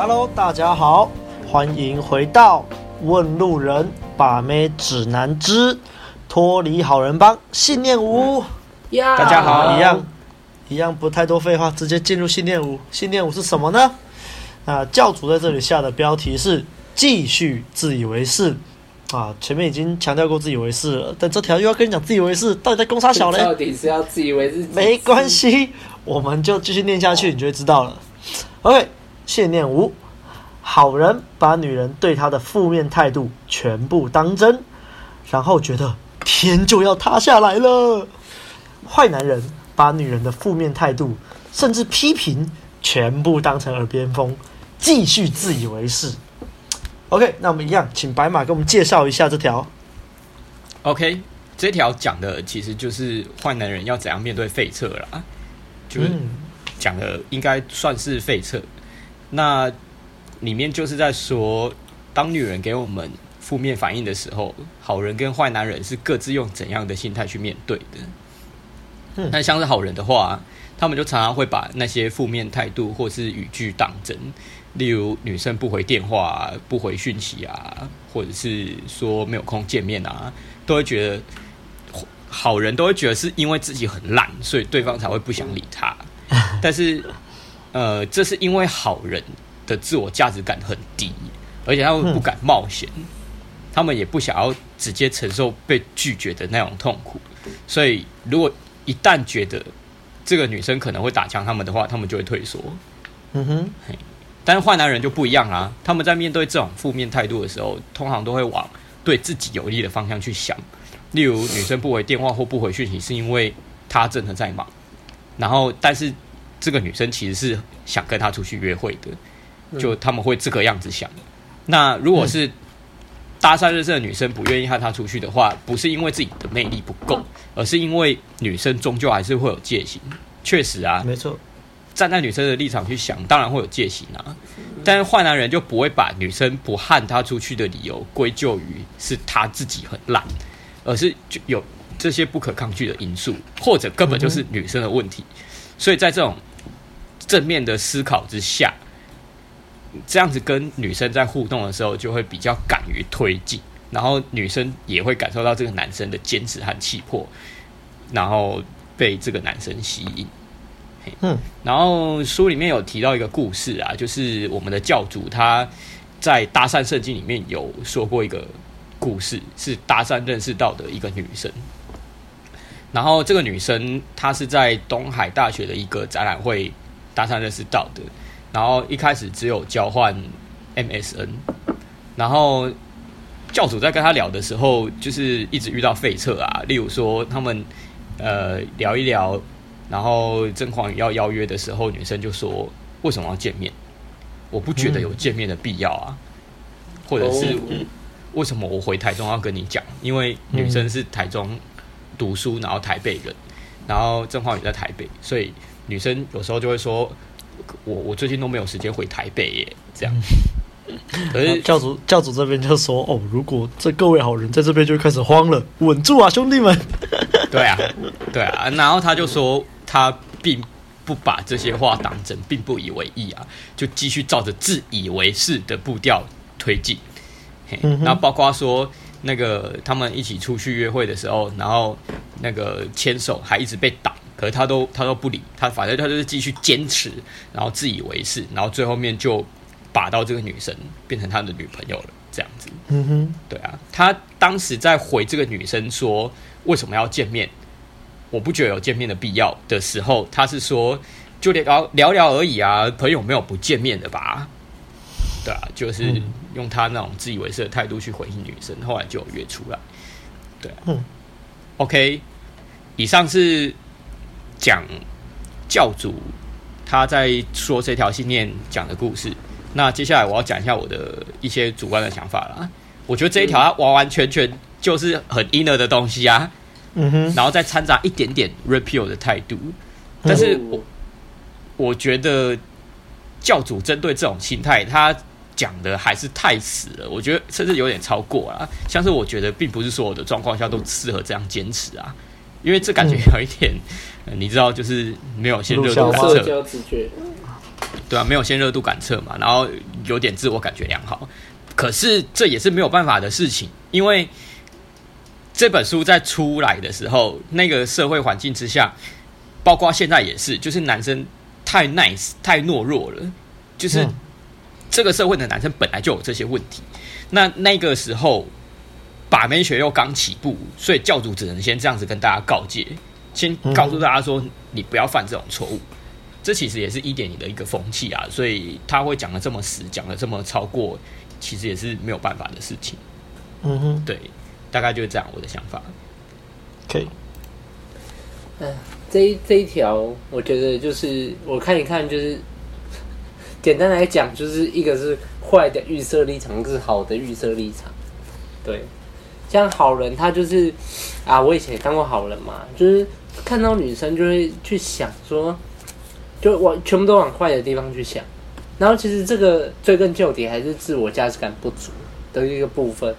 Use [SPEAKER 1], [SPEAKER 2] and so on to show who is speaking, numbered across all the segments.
[SPEAKER 1] Hello， 大家好，欢迎回到问路人把妹指南之脱离好人帮信念五。
[SPEAKER 2] 大家好，
[SPEAKER 1] 一样不太多废话，直接进入信念五。信念五是什么呢？教主在这里下的标题是继续自以为是啊，前面已经强调过自以为是了，但这条又要跟你讲自以为是，到底在攻杀小嘞？
[SPEAKER 2] 到底是要自以为是？
[SPEAKER 1] 没关系，我们就继续念下去，你就会知道了。OK， 信念五，好人把女人对他的负面态度全部当真，然后觉得天就要塌下来了。坏男人把女人的负面态度甚至批评全部当成耳边风，继续自以为是。OK， 那我们一样，请白马给我们介绍一下这条。
[SPEAKER 3] OK， 这条讲的其实就是坏男人要怎样面对废册啦，就是讲的应该算是废册。那里面就是在说，当女人给我们负面反应的时候，好人跟坏男人是各自用怎样的心态去面对的。那像是好人的话，他们就常常会把那些负面态度或是语句当真，例如女生不回电话啊、不回讯息啊，或者是说没有空见面啊，都会觉得好人都会觉得是因为自己很烂，所以对方才会不想理他。但是这是因为好人的自我价值感很低，而且他们不敢冒险，他们也不想要直接承受被拒绝的那种痛苦，所以如果一旦觉得这个女生可能会打枪他们的话，他们就会退缩。但是坏男人就不一样啦，他们在面对这种负面态度的时候，通常都会往对自己有利的方向去想。例如女生不回电话或不回讯息是因为她真的在忙，然后但是这个女生其实是想跟他出去约会的，就他们会这个样子想。那如果是搭讪认识的女生不愿意和他出去的话，不是因为自己的魅力不够，而是因为女生终究还是会有戒心。确实啊，
[SPEAKER 1] 没错，
[SPEAKER 3] 站在女生的立场去想，当然会有戒心啊。但是坏男人就不会把女生不和他出去的理由归咎于是他自己很烂，而是就有这些不可抗拒的因素，或者根本就是女生的问题。所以在这种正面的思考之下，这样子跟女生在互动的时候，就会比较敢于推进，然后女生也会感受到这个男生的坚持和气魄，然后被这个男生吸引。然后书里面有提到一个故事啊，就是我们的教主他在搭讪圣经里面有说过一个故事，是搭讪认识到的一个女生。然后这个女生她是在东海大学的一个展览会搭讪认识到的，然后一开始只有交换 MSN， 然后教主在跟他聊的时候，就是一直遇到废册啊，例如说他们聊一聊，然后甄嬛宇要邀约的时候，女生就说为什么要见面？我不觉得有见面的必要啊，或者是为什么我回台中要跟你讲？因为女生是台中读书，然后台北人，然后甄嬛宇在台北，所以女生有时候就会说，我最近都没有时间回台北耶，这样。可是
[SPEAKER 1] 教主这边就说哦，如果这各位好人在这边就会开始慌了，稳住啊，兄弟们！
[SPEAKER 3] 对啊，然后他就说他并不把这些话当真，并不以为意啊，就继续照着自以为是的步调推进。然后包括说那个他们一起出去约会的时候，然后那个牵手还一直被挡，可是他都不理他，反正他就是继续坚持，然后自以为是，然后最后面就把到这个女生变成他的女朋友了，这样子。对啊，他当时在回这个女生说为什么要见面，我不觉得有见面的必要的时候，他是说就聊聊而已啊，朋友没有不见面的吧？对啊，就是用他那种自以为是的态度去回应女生，后来就有约出来。对啊，OK， 以上是讲教主他在说这条信念讲的故事。那接下来我要讲一下我的一些主观的想法啦。我觉得这一条它完完全全就是很 inner 的东西啊，然后再掺杂一点点 repeal 的态度。但是我觉得教主针对这种心态，他讲的还是太死了，我觉得甚至有点超过啦。像是我觉得并不是所有的状况下都适合这样坚持啊，因为这感觉有一点，你知道，就是没有先热度感测。
[SPEAKER 2] 社交直觉。
[SPEAKER 3] 对啊，没有先热度感测嘛，然后有点自我感觉良好。可是这也是没有办法的事情，因为这本书在出来的时候，那个社会环境之下，包括现在也是，就是男生太 nice 太懦弱了，就是这个社会的男生本来就有这些问题。那个时候把妹学又刚起步，所以教主只能先这样子跟大家告诫，先告诉大家说你不要犯这种错误。这其实也是1.0的一个风气啊，所以他会讲的这么死，讲的这么超过，其实也是没有办法的事情。对，大概就是这样我的想法。
[SPEAKER 1] 可以。
[SPEAKER 2] 这一条，我觉得就是我看一看，就是简单来讲，就是一个是坏的预设立场，一个是好的预设立场。对，像好人他就是啊，我以前也当过好人嘛，就是看到女生就会去想说，就我全部都往坏的地方去想，然后其实这个追根究底还是自我价值感不足的一个部分。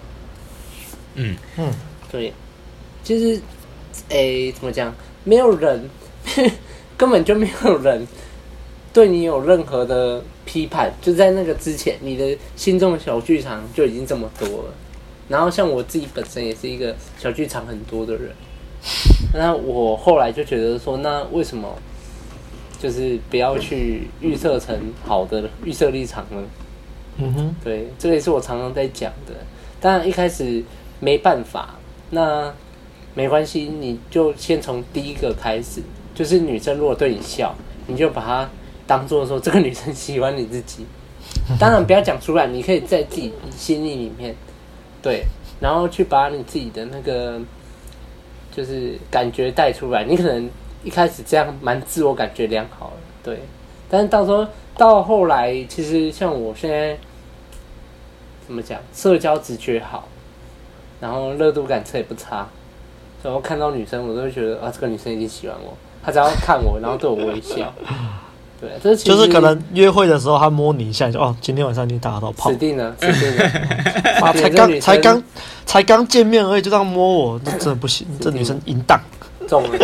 [SPEAKER 2] 对，其实怎么讲？没有人，根本就没有人对你有任何的批判，就在那个之前，你的心中的小剧场就已经这么多了。然后像我自己本身也是一个小剧场很多的人，那我后来就觉得说，那为什么就是不要去预设成好的预设立场呢？对，这个也是我常常在讲的。当然一开始没办法，那没关系，你就先从第一个开始，就是女生如果对你笑，你就把它当作说这个女生喜欢你自己。当然不要讲出来，你可以在自己心里面，对，然后去把你自己的那个就是感觉带出来。你可能一开始这样蛮自我感觉良好的，对，但是到后来，其实像我现在怎么讲，社交直觉好，然后热度感测也不差。然后看到女生，我都会觉得啊，这个女生已经喜欢我。她只要看我，然后对我微笑，对，这其实
[SPEAKER 1] 就是可能约会的时候，她摸你一下，就哦，今天晚上你打到炮，
[SPEAKER 2] 死定了，死定了。
[SPEAKER 1] 才刚见面而已，就这样摸我，这真的不行。这女生淫荡，
[SPEAKER 2] 中了。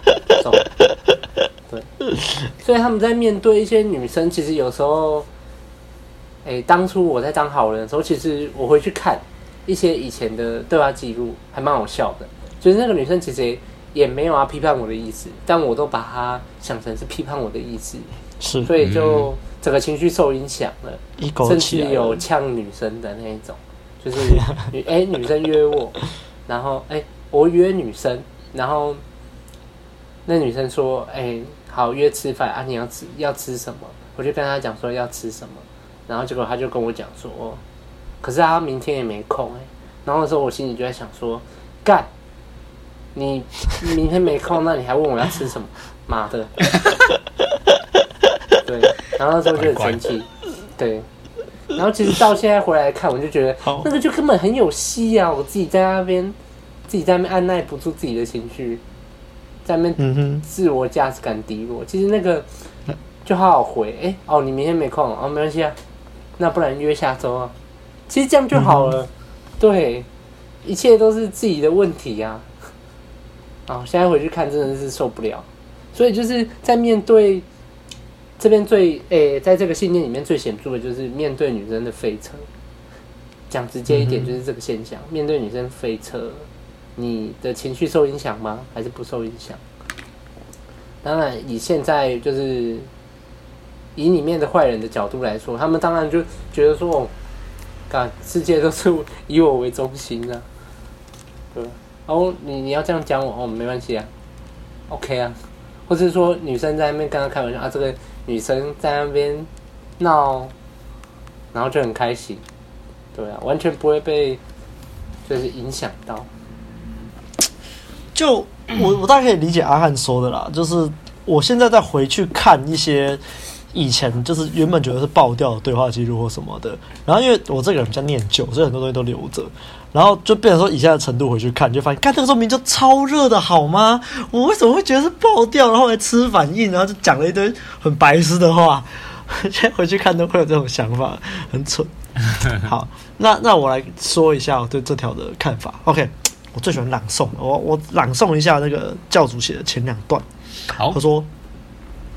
[SPEAKER 2] 对，所以他们在面对一些女生，其实有时候，当初我在当好人的时候，其实我会去看一些以前的对话记录，还蛮好笑的。就是那个女生其实也没有要批判我的意思，但我都把她想成是批判我的意思，
[SPEAKER 1] 是，
[SPEAKER 2] 所以就整个情绪受影响了，甚至有呛女生的那一种，就是女生约我，然后我约女生，然后那女生说好约吃饭啊，你要吃什么？我就跟她讲说要吃什么，然后结果她就跟我讲说，可是她明天也没空然后那时候我心里就在想说，干。你明天没空，那你还问我要吃什么？妈的！对，然后那时候就很生气，对。然后其实到现在回来看，我就觉得那个就根本很有戏啊！我自己在那边按耐不住自己的情绪，在那边自我价值感低落。其实那个就好好回，你明天没空没关系啊，那不然约下周啊。其实这样就好了，对，一切都是自己的问题啊。现在回去看真的是受不了，所以就是在面对这边在这个信念里面最显著的就是面对女生的飞车。讲直接一点就是这个现象，面对女生飞车，你的情绪受影响吗？还是不受影响？当然，以现在就是以里面的坏人的角度来说，他们当然就觉得说，世界都是以我为中心啊，对。你要这样讲我没关系啊 ，OK 啊，或是说女生在那边跟他开玩笑啊，这个女生在那边闹，然后就很开心，对啊，完全不会被就是影响到。
[SPEAKER 1] 就我大概可以理解阿汉说的啦，就是我现在再回去看一些以前就是原本觉得是爆掉的对话记录或什么的，然后因为我这个人比较念旧，所以很多东西都留着。然后就变成说，以现在的程度回去看，就发现，看那个时候明明就超热的好吗？我为什么会觉得是爆掉？然后来吃反应，然后就讲了一堆很白痴的话。现在回去看都会有这种想法，很蠢。好，那我来说一下我对这条的看法。OK， 我最喜欢朗诵，我朗诵一下那个教主写的前2段。
[SPEAKER 3] 好，
[SPEAKER 1] 他说：“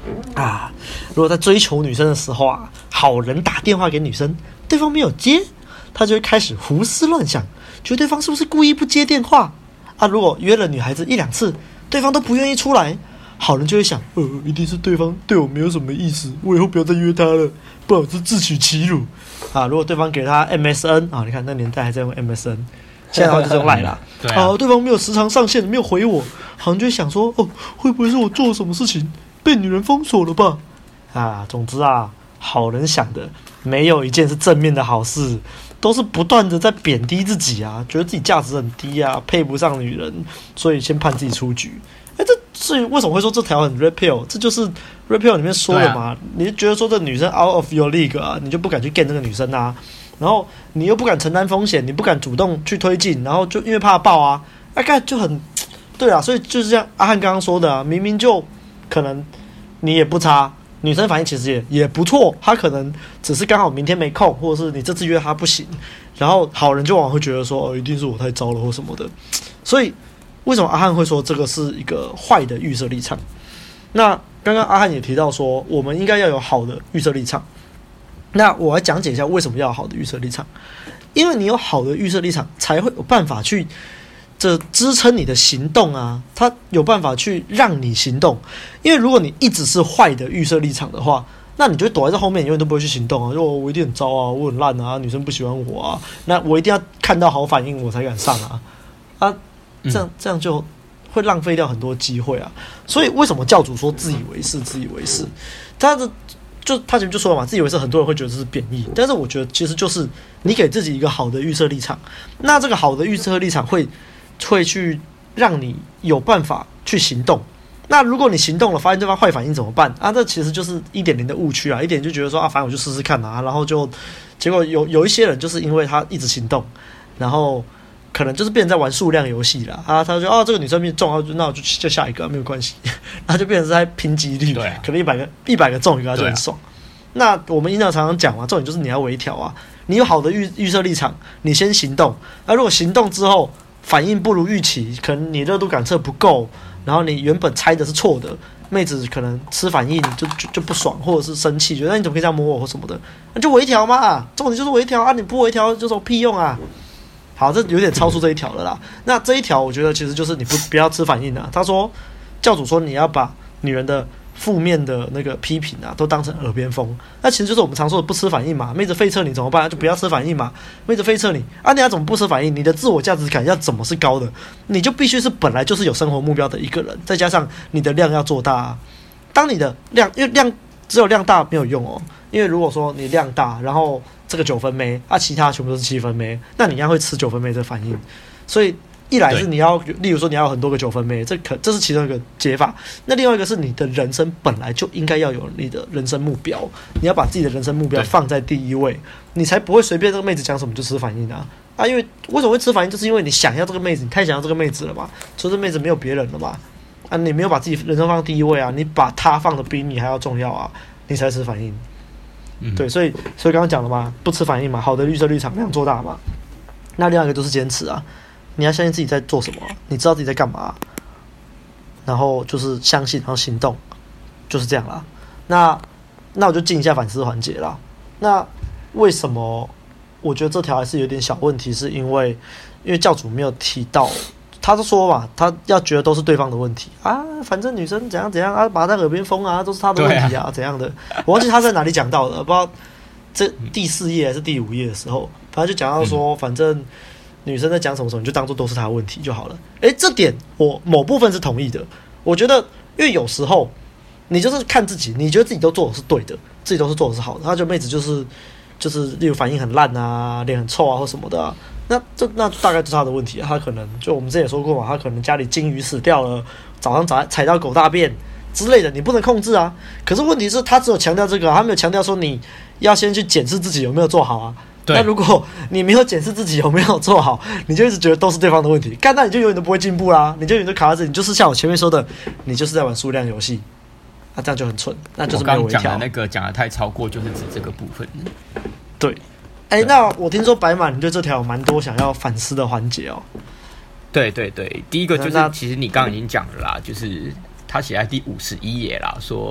[SPEAKER 1] 啊，如果在追求女生的时候啊，好人打电话给女生，对方没有接，他就会开始胡思乱想，觉得对方是不是故意不接电话啊？如果约了女孩子1-2次，对方都不愿意出来，好人就会想，一定是对方对我没有什么意思，我以后不要再约他了，不然我是自取其辱啊！如果对方给他 MSN 啊，你看那年代还在用 MSN， 现在的话就是用 LINE 啦。对方没有时常上线，没有回我，好像就会想说，会不会是我做了什么事情被女人封锁了吧？啊，总之啊，好人想的没有一件是正面的好事，都是不断的在贬低自己啊，觉得自己价值很低啊，配不上女人，所以先判自己出局。所以为什么会说这条很 red pill？ 这就是 red pill 里面说的嘛。你就觉得说这女生 out of your league 啊，你就不敢去 get 这个女生啊，然后你又不敢承担风险，你不敢主动去推进，然后就因为怕爆啊，大概就很对啊。所以就是像阿汉刚刚说的啊，明明就可能你也不差，女生反应其实也不错，她可能只是刚好明天没空，或者是你这次约她不行，然后好人就往往会觉得说，一定是我太糟了或什么的，所以。为什么阿汉会说这个是一个坏的预设立场？那刚刚阿汉也提到说，我们应该要有好的预设立场。那我来讲解一下为什么要有好的预设立场。因为你有好的预设立场，才会有办法去支撑你的行动啊，它有办法去让你行动。因为如果你一直是坏的预设立场的话，那你就会躲在这后面，你永远都不会去行动啊。就我一定很糟啊，我很烂啊，女生不喜欢我啊，那我一定要看到好反应我才敢上啊。这样就会浪费掉很多机会啊！所以为什么教主说自以为是？自以为是，他前面就说了嘛，自以为是，很多人会觉得这是贬义，但是我觉得其实就是你给自己一个好的预设立场，那这个好的预设立场会去让你有办法去行动。那如果你行动了，发现对方坏反应怎么办啊？这其实就是 1.0 的误区啊！一点就觉得说啊，反正我就试试看啊，然后就结果有一些人就是因为他一直行动，然后。可能就是变成在玩数量游戏啦啊，他就这个女生命中，那我就下一个没有关系，然后就变成是在拼几率，可能100个中一个就很爽。那我们经常讲嘛，重点就是你要微调啊，你有好的预设立场，你先行动，如果行动之后反应不如预期，可能你热度感测不够，然后你原本猜的是错的，妹子可能吃反应就不爽，或者是生气，觉得你怎么可以这样摸我或什么的，那就微调嘛，重点就是微调啊，你不微调就是有屁用啊。好，这有点超出这一条了啦。那这一条我觉得其实就是你不要吃反应啊。他说，教主说你要把女人的负面的那个批评啊，都当成耳边风。那其实就是我们常说的不吃反应嘛。妹子废撤你怎么办？就不要吃反应嘛。妹子废撤你啊，你要怎么不吃反应？你的自我价值感要怎么是高的？你就必须是本来就是有生活目标的一个人，再加上你的量要做大啊。当你的量，因为量只有量大没有用哦。因为如果说你量大，然后这个9分妹啊，其他全部都是7分妹，那你一样会吃9分妹的反应。所以一来是你要，例如说你要有很多个9分妹，这是其中一个解法。那另外一个是你的人生本来就应该要有你的人生目标，你要把自己的人生目标放在第一位，你才不会随便这个妹子讲什么就吃反应啊！因为为什么会吃反应，就是因为你想要这个妹子，你太想要这个妹子了嘛，除了这妹子没有别人了嘛，你没有把自己人生放第一位啊，你把她放的比你还要重要啊，你才吃反应。对，所以刚刚讲了嘛，不吃反应嘛，好的预设立场，量做大嘛。那另外一个就是坚持啊，你要相信自己在做什么，你知道自己在干嘛，然后就是相信，然后行动，就是这样啦。那我就进一下反思环节啦。那为什么我觉得这条还是有点小问题？是因为教主没有提到。他就说嘛，他要觉得都是对方的问题啊，反正女生怎样怎样啊，把他耳边风啊，都是他的问题啊，怎样的？我忘记他在哪里讲到的，不知道这第4页还是第5页的时候，反正就讲到说，反正女生在讲什么，你就当做都是她的问题就好了。这点我某部分是同意的。我觉得，因为有时候你就是看自己，你觉得自己都做的是对的，自己都是做的是好的，他就妹子就是例如反应很烂啊，脸很臭啊或什么的啊。那大概就是他的问题啊，他可能就我们之前也说过嘛，他可能家里金鱼死掉了，早上踩到狗大便之类的，你不能控制啊。可是问题是，他只有强调这个，他没有强调说你要先去检视自己有没有做好啊。那如果你没有检视自己有没有做好，你就一直觉得都是对方的问题，那你就永远都不会进步啦，你就永远都卡在这里，你就是像我前面说的，你就是在玩数量游戏啊，这样就很蠢，那就是没有微调。我刚
[SPEAKER 3] 讲的那个讲的太超过，就是指这个部分。
[SPEAKER 1] 对。那我听说白马你对这条有蛮多想要反思的环节哦。
[SPEAKER 3] 对，第一个就是其实你刚刚已经讲了啦，就是他写在第51页啦，说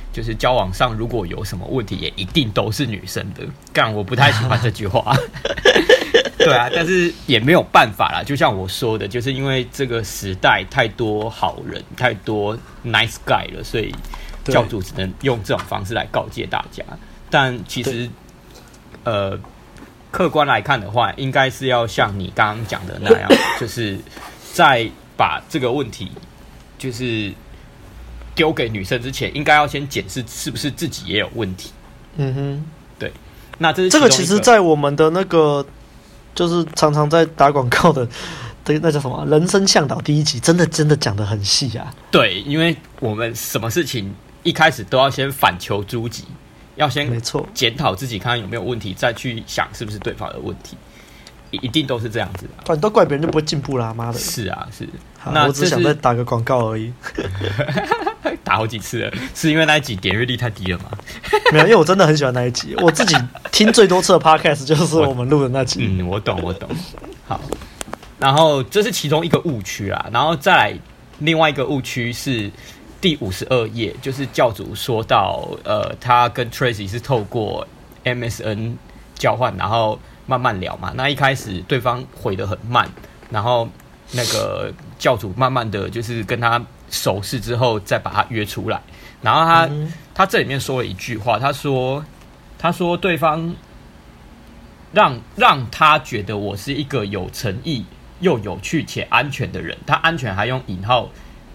[SPEAKER 3] 就是交往上如果有什么问题，也一定都是女生的。干，我不太喜欢这句话。对啊，但是也没有办法啦。就像我说的，就是因为这个时代太多好人、太多 nice guy 了，所以教主只能用这种方式来告诫大家。但其实，客观来看的话，应该是要像你刚刚讲的那样，就是在把这个问题就是丢给女生之前，应该要先检视是不是自己也有问题。
[SPEAKER 1] 嗯哼，
[SPEAKER 3] 对。那这
[SPEAKER 1] 个其实，在我们的那个就是常常在打广告的那叫什么人生向导第1集，真的讲得很细啊。
[SPEAKER 3] 对，因为我们什么事情一开始都要先反求诸己。要先检讨自己，看看有没有问题，再去想是不是对方的问题，一定都是这样子的。
[SPEAKER 1] 不然都怪别人就不会进步啦，妈的！
[SPEAKER 3] 是啊，是。
[SPEAKER 1] 那我只想再打个广告而已。
[SPEAKER 3] 打好几次了，是因为那一集点阅率太低了吗？
[SPEAKER 1] 没有，因为我真的很喜欢那一集，我自己听最多次的 podcast 就是我们录的那集。
[SPEAKER 3] 我懂。好，然后这是其中一个误区啦，然后再来另外一个误区是。第52页就是教主说到，他跟 Tracy 是透过 MSN 交换，然后慢慢聊嘛。那一开始对方回得很慢，然后那个教主慢慢的就是跟他熟识之后，再把他约出来。然后他这里面说了一句话，他说对方让他觉得我是一个有诚意又有趣且安全的人。他安全还用引号。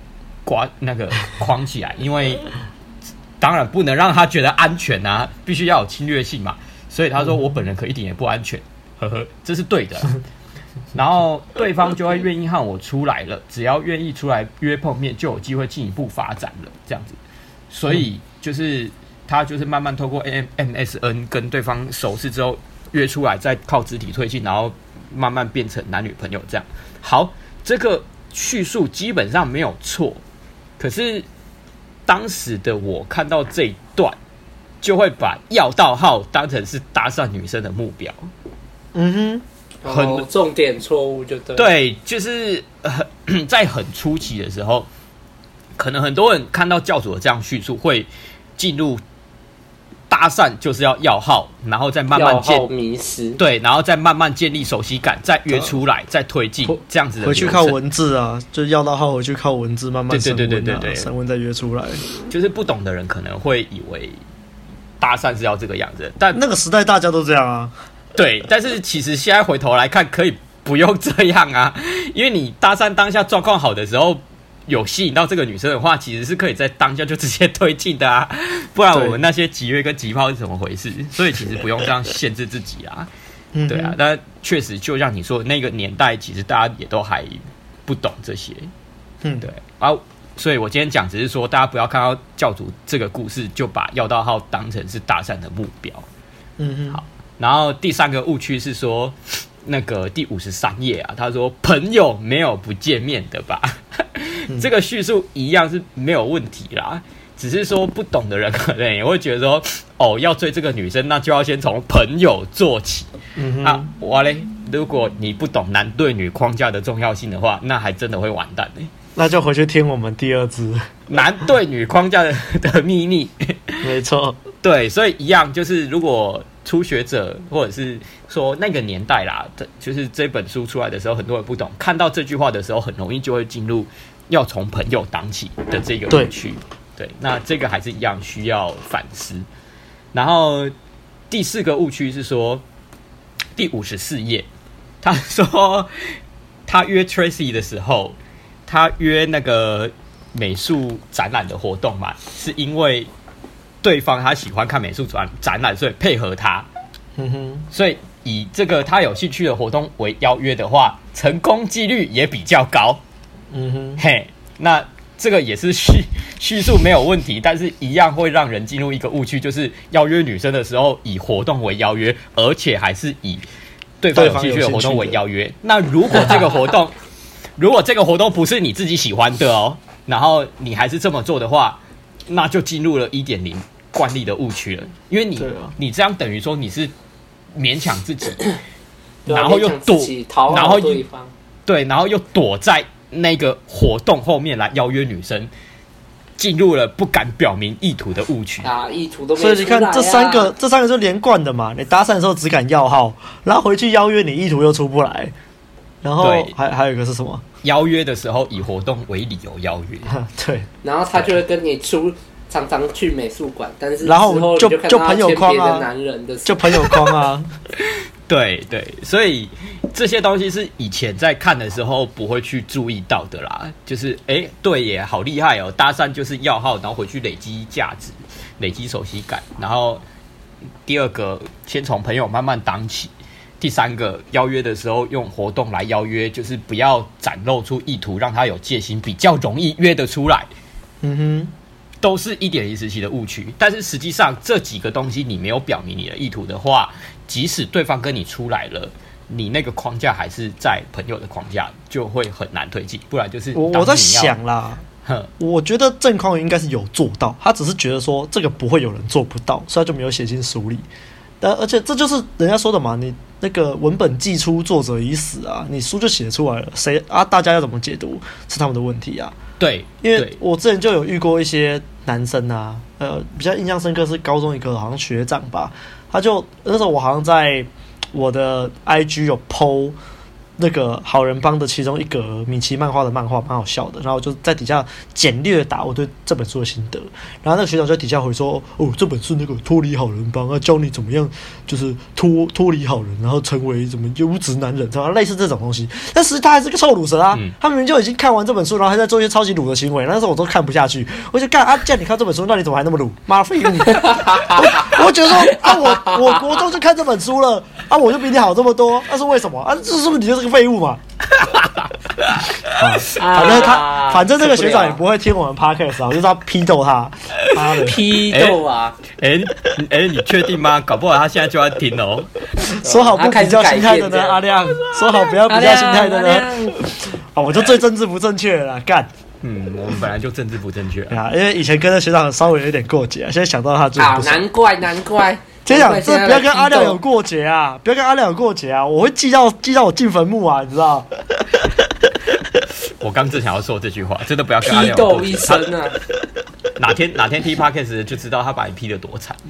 [SPEAKER 3] 框起来，因为当然不能让他觉得安全啊，必须要有侵略性嘛。所以他说我本人可一点也不安全，呵呵，这是对的。然后对方就会愿意和我出来了，只要愿意出来约碰面，就有机会进一步发展了，这样子。所以就是他就是慢慢透过 MSN 跟对方熟识之后约出来，再靠肢体推进，然后慢慢变成男女朋友这样。好，这个叙述基本上没有错。可是当时的我看到这一段，就会把要到号当成是搭讪女生的目标。
[SPEAKER 2] 很重点错误就对。
[SPEAKER 3] 对，就是在很初期的时候，可能很多人看到教主的这样叙述，会进入搭讪就是要号，然后再慢慢
[SPEAKER 2] 迷失，
[SPEAKER 3] 对，然后再慢慢建立熟悉感，再约出来，再推进这样子的流程。
[SPEAKER 1] 回去靠文字啊，就要到号回去靠文字慢慢升温
[SPEAKER 3] 对，
[SPEAKER 1] 升温再约出来。
[SPEAKER 3] 就是不懂的人可能会以为搭讪是要这个样子，但
[SPEAKER 1] 那个时代大家都这样啊。
[SPEAKER 3] 对，但是其实现在回头来看，可以不用这样啊，因为你搭讪当下状况好的时候。有吸引到这个女生的话，其实是可以在当下就直接推进的啊，不然我们那些集约跟集炮是怎么回事？所以其实不用这样限制自己啊，对啊。但确实就像你说，那个年代其实大家也都还不懂这些，对啊。所以我今天讲只是说，大家不要看到教主这个故事就把要到号当成是搭讪的目标。好。然后第3个误区是说。那个第53页啊，他说朋友没有不见面的吧？这个叙述一样是没有问题啦，只是说不懂的人可能也会觉得说，哦，要追这个女生，那就要先从朋友做起。哇嘞，如果你不懂男对女框架的重要性的话，那还真的会完蛋嘞。
[SPEAKER 1] 那就回去听我们第2支
[SPEAKER 3] 男对女框架的秘密。
[SPEAKER 1] 没错，
[SPEAKER 3] 对，所以一样就是如果。初学者或者是说那个年代啦，就是这本书出来的时候，很多人不懂，看到这句话的时候，很容易就会进入要从朋友当起的这个误区。对，那这个还是一样需要反思。然后第4个误区是说，第54页，他说他约 Tracy 的时候，他约那个美术展览的活动嘛，是因为。对方他喜欢看美术展览，所以配合他。所以以这个他有兴趣的活动为邀约的话，成功几率也比较高。嘿，那这个也是叙述没有问题，但是一样会让人进入一个误区，就是邀约女生的时候以活动为邀约，而且还是以对方有兴趣的活动为邀约。那如果这个活动不是你自己喜欢的哦，然后你还是这么做的话，那就进入了 1.0 惯例的误区了，因为你这样等于说你是勉强自己，然后又然后对方对，然后又躲在那个活动后面来邀约女生， 进入了不敢表明意图的误区
[SPEAKER 2] 啊，意图都没
[SPEAKER 1] 所以你看这三个就连贯的嘛。你搭讪的时候只敢要号，然后回去邀约你意图又出不来，然后还有一个是什么？
[SPEAKER 3] 邀约的时候以活动为理由邀约，
[SPEAKER 1] 对，
[SPEAKER 2] 然后他就会跟你常常去美术馆，但是
[SPEAKER 1] 然后就朋友框啊，就朋友框啊，
[SPEAKER 3] 对，所以这些东西是以前在看的时候不会去注意到的啦。就是对耶，好厉害哦！搭讪就是要号，然后回去累积价值，累积熟悉感。然后第二个，先从朋友慢慢当起。第三个，邀约的时候用活动来邀约，就是不要展露出意图，让他有戒心，比较容易约得出来。都是1.0时期的误区。但是实际上这几个东西你没有表明你的意图的话，即使对方跟你出来了，你那个框架还是在朋友的框架，就会很难推进。不然就是
[SPEAKER 1] 我在想啦，我觉得郑匡宇应该是有做到，他只是觉得说这个不会有人做不到，所以他就没有写进书里。而且这就是人家说的嘛，你那个文本寄出，作者已死啊，你书就写出来了，大家要怎么解读是他们的问题啊。
[SPEAKER 3] 对，
[SPEAKER 1] 因为我之前就有遇过一些男生啊，比较印象深刻是高中一个好像学长吧，他就那时候我好像在我的 IG 有 po 那个好人帮的其中一格米奇漫画的漫画，蛮好笑的。然后我就在底下简略打我对这本书的心得。然后那个学长就在底下回说：“哦，这本是那个脱离好人帮，教你怎么样，就是脱离好人，然后成为什么优质男人，类似这种东西。”但实际他还是个臭鲁蛇啊！他明明就已经看完这本书，然后还在做一些超级鲁的行为。那时候我都看不下去，我就干啊！既然你看这本书，那你怎么还那么鲁？妈废物！我觉得说啊，我国中就看这本书了啊，我就比你好这么多，那是为什么啊？这是不是你就是个废物嘛？反正这个学长也不会听我们 podcast 啊，我就是要批斗他，
[SPEAKER 2] 批斗啊！
[SPEAKER 3] 你确定吗？搞不好他现在就要听哦。
[SPEAKER 1] 说好不比较心态的呢，阿亮，说好不要比较心态的呢。我就最政治不正确了啦，干。
[SPEAKER 3] 我们本来就政治不正确
[SPEAKER 1] 啊，因为以前跟那学长稍微有点过节，现在想到他就不
[SPEAKER 2] 难怪。
[SPEAKER 1] 学长，这不要跟阿亮有过节啊！不要跟阿亮有过节啊！我会记到我进坟墓啊，你知道？
[SPEAKER 3] 我刚正想要说这句话，真的不要跟阿亮有过节。
[SPEAKER 2] 批斗一生啊！
[SPEAKER 3] 哪天踢 podcast 就知道他把你批得多惨。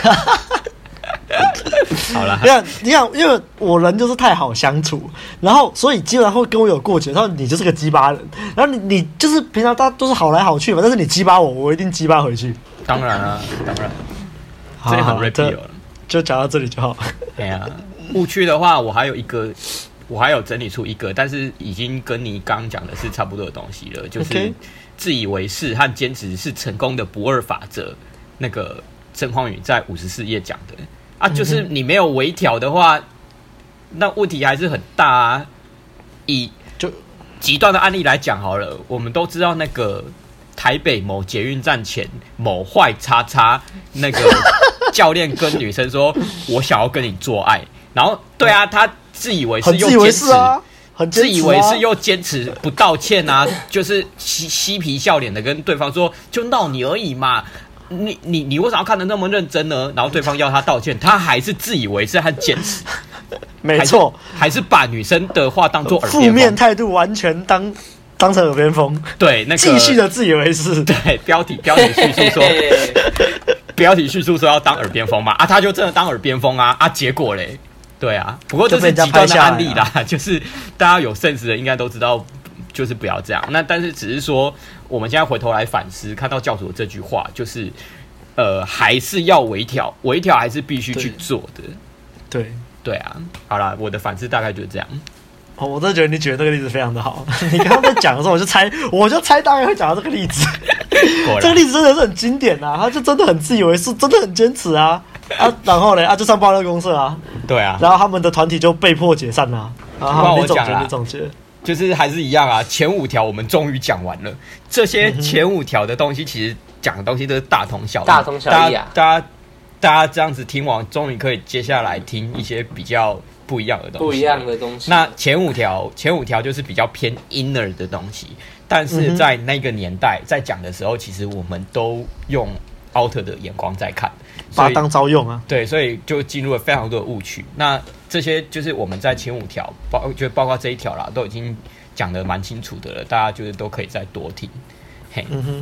[SPEAKER 3] 好了，
[SPEAKER 1] 你看，因为我人就是太好相处，然后所以基本上会跟我有过节，然后你就是个鸡巴人，然后你就是平常大家都是好来好去嘛，但是你鸡巴我一定鸡巴回去。
[SPEAKER 3] 当然啊，这里很 repeal 了，
[SPEAKER 1] 就讲到这里就好。
[SPEAKER 3] 误区的话，我还有整理出一个，但是已经跟你刚刚讲的是差不多的东西了，就是自以为是和坚持是成功的不二法则。那个郑匡宇在54页讲的啊，就是你没有微调的话，那问题还是很大啊。以就极端的案例来讲好了，我们都知道那个台北某捷运站前某坏叉叉那个教练跟女生说：“我想要跟你做爱。”然后对啊，他自以为是又坚持，自以为是又坚持不道歉啊，就是嬉皮笑脸的跟对方说：“就闹你而已嘛。”你为什么要看得那么认真呢？然后对方要他道歉，他还是自以为是和坚持，
[SPEAKER 1] 没错，
[SPEAKER 3] 还是把女生的话当做耳边风，
[SPEAKER 1] 负面态度完全当成耳边风。
[SPEAKER 3] 对，那个
[SPEAKER 1] 继续的自以为是。
[SPEAKER 3] 对，标题叙述说，标题叙述说要当耳边风嘛，啊，他就真的当耳边风啊，啊，结果嘞，对啊，不过这是极端的案例啦，就是大家有 sense 的应该都知道。就是不要这样。那但是只是说，我们现在回头来反思，看到教主的这句话，就是还是要微调还是必须去做的。对啊，好啦，我的反思大概就是这样。
[SPEAKER 1] 我真的觉得你举的这个例子非常的好。你刚刚在讲的时候，我就猜大概会讲到这个例子。这个例子真的是很经典啊，他就真的很自以为是，真的很坚持啊。然后呢就上爆料公社啊。
[SPEAKER 3] 对啊。
[SPEAKER 1] 然后他们的团体就被迫解散了。
[SPEAKER 3] 啊，我讲了，
[SPEAKER 1] 你总结。
[SPEAKER 3] 就是还是一样啊，前5条我们终于讲完了。这些前5条的东西，其实讲的东西都是大同小异啊。大家这样子听完，终于可以接下来听一些比较不一样的东西。那前5条就是比较偏 inner 的东西，但是在那个年代在讲的时候，其实我们都用 outer 的眼光在看，
[SPEAKER 1] 把它当招用啊。
[SPEAKER 3] 对，所以就进入了非常多的误区。那这些就是我们在前5条，包括这一条啦，都已经讲得蛮清楚的了，大家就是都可以再多听。嘿，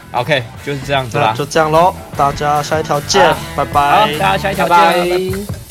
[SPEAKER 3] OK， 就是这样子啦，
[SPEAKER 1] 就这样咯，大家下一条见，拜拜。
[SPEAKER 3] 好，大家下一条见，
[SPEAKER 2] 拜拜。